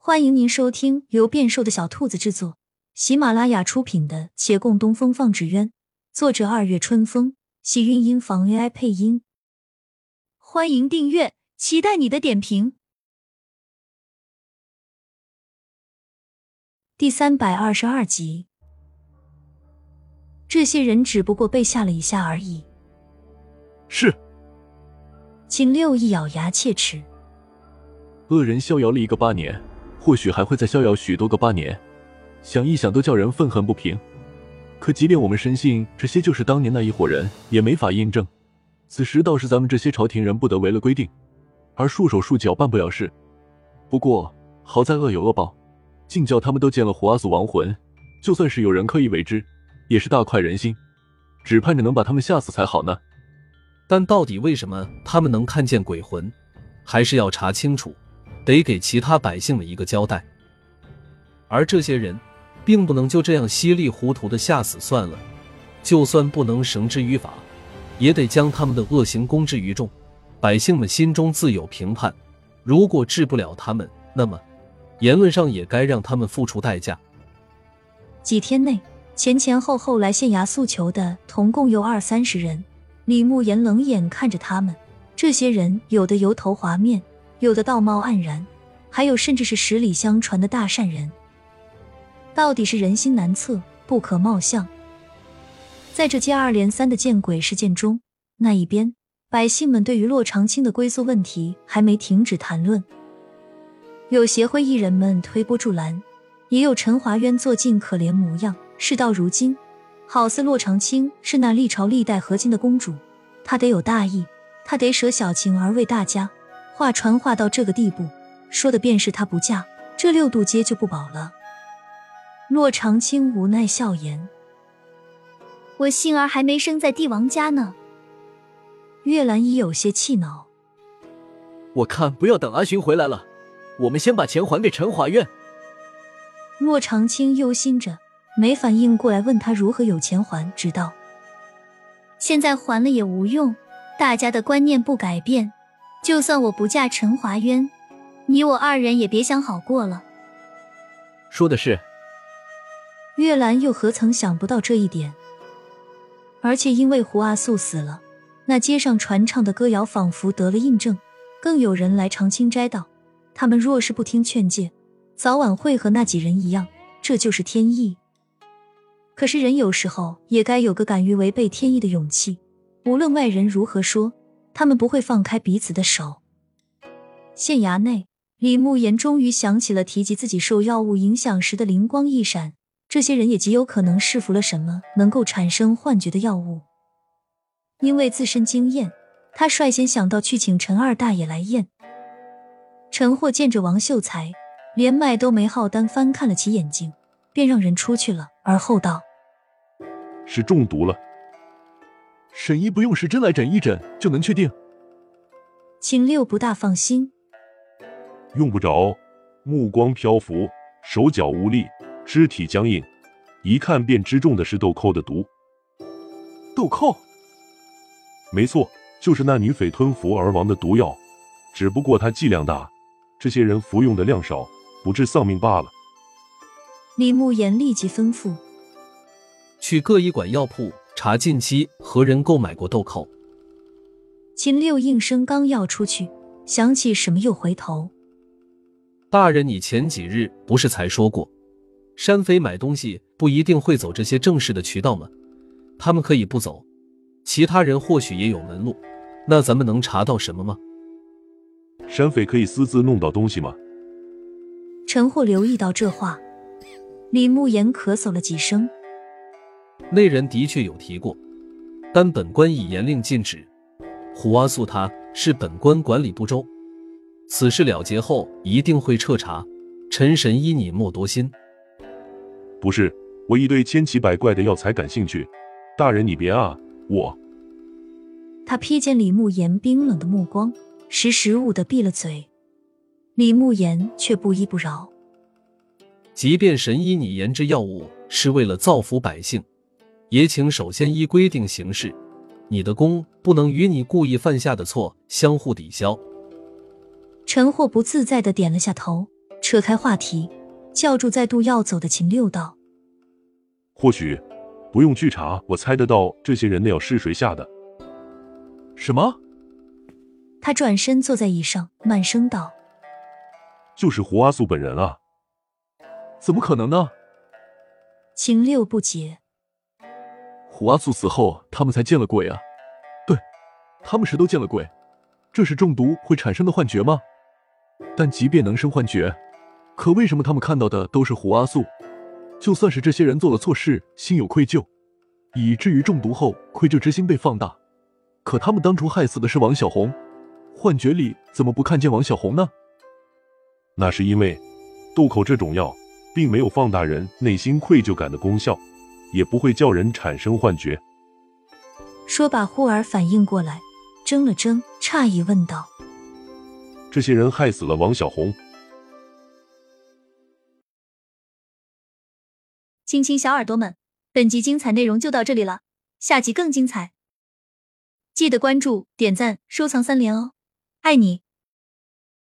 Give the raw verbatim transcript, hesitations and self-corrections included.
欢迎您收听由变瘦的小兔子制作，喜马拉雅出品的《且共东风放纸鸢》，作者二月春风，喜韵音房 A I 配音。欢迎订阅，期待你的点评。第三百二十二集，这些人只不过被吓了一下而已。 是。 秦六一咬牙切齿， 恶人逍遥了一个八年，或许还会再逍遥许多个八年，想一想都叫人愤恨不平。可即便我们深信这些就是当年那一伙人，也没法印证。此时倒是咱们这些朝廷人不得违了规定，而束手束脚办不了事。不过好在恶有恶报，竟叫他们都见了胡阿祖亡魂，就算是有人刻意为之，也是大快人心，只盼着能把他们吓死才好呢。 但到底为什么他们能看见鬼魂，还是要查清楚，得给其他百姓们一个交代。而这些人并不能就这样稀里糊涂的吓死算了，就算不能绳之于法，也得将他们的恶行公之于众，百姓们心中自有评判。如果治不了他们，那么言论上也该让他们付出代价。 几天内前前后后来县衙诉求的同共有二三十人，李慕言冷眼看着他们，这些人有的油头滑面，有的道貌岸然，还有甚至是十里相传的大善人。到底是人心难测，不可貌相。在这接二连三的见鬼事件中，那一边百姓们对于骆长青的归宿问题还没停止谈论，有协会艺人们推波助澜，也有陈华渊做尽可怜模样。事到如今，好似骆长青是那历朝历代和亲的公主，她得有大义，她得舍小情而为大家。话传话到这个地步，说的便是她不嫁，这六渡街就不保了。骆长青无奈笑言， 我幸儿还没生在帝王家呢。 月兰已有些气恼， 我看不要等阿寻回来了，我们先把钱还给陈华院。 骆长青忧心着，没反应过来，问他如何有钱还，直到现在还了也无用，大家的观念不改变，就算我不嫁陈华渊，你我二人也别想好过了。 说的是。 月兰又何曾想不到这一点，而且因为胡阿素死了，那街上传唱的歌谣仿佛得了印证，更有人来长青斋道，他们若是不听劝诫，早晚会和那几人一样，这就是天意。可是人有时候也该有个敢于违背天意的勇气，无论外人如何说，他们不会放开彼此的手。县衙内，李慕言终于想起了提及自己受药物影响时的灵光一闪，这些人也极有可能试服了什么能够产生幻觉的药物。因为自身经验，他率先想到去请陈二大爷来验。陈霍见着王秀才，连脉都没好单翻看了其眼睛，便让人出去了，而后道： 是中毒了，沈医不用时针来诊一诊就能确定。 秦六不大放心， 用不着，目光漂浮，手脚无力，肢体僵硬，一看便知中的是豆蔻的毒。 豆蔻？ 没错，就是那女匪吞服而亡的毒药，只不过它剂量大，这些人服用的量少，不致丧命罢了。 李慕言立即吩咐， 去各医馆药铺查近期何人购买过豆蔻。 秦六应声刚要出去，想起什么又回头。 大人，你前几日不是才说过，山匪买东西不一定会走这些正式的渠道吗？他们可以不走，其他人或许也有门路，那咱们能查到什么吗？ 山匪可以私自弄到东西吗？ 陈霍留意到这话，李慕言咳嗽了几声。 那人的确有提过，但本官已严令禁止。胡阿素他是本官管理不周，此事了结后一定会彻查。陈神医你莫多心。 不是，我一对千奇百怪的药材感兴趣，大人你别啊，我。 他瞥见李慕言冰冷的目光，识时务地闭了嘴。李慕言却不依不饶， 即便神医你研制药物是为了造福百姓，也请首先依规定行事，你的功不能与你故意犯下的错相互抵消。 陈霍不自在地点了下头， 扯开话题，叫住再度要走的秦六道：“ 或许不用去查，我猜得到这些人的药是谁下的。” 什么？ 他转身坐在椅上，慢声道：“ 就是胡阿素本人啊！” 怎么可能呢？ 秦六不解。 胡阿素死后，他们才见了鬼啊！对，他们谁都见了鬼。这是中毒会产生的幻觉吗？但即便能生幻觉，可为什么他们看到的都是胡阿素？就算是这些人做了错事，心有愧疚，以至于中毒后愧疚之心被放大，可他们当初害死的是王小红，幻觉里怎么不看见王小红呢？ 那是因为豆蔻这种药并没有放大人内心愧疚感的功效，也不会叫人产生幻觉。 说罢忽而反应过来，怔了怔，诧异问道：“ 这些人害死了王小红？” 亲亲小耳朵们，本集精彩内容就到这里了，下集更精彩，记得关注、点赞、收藏三连哦，爱你！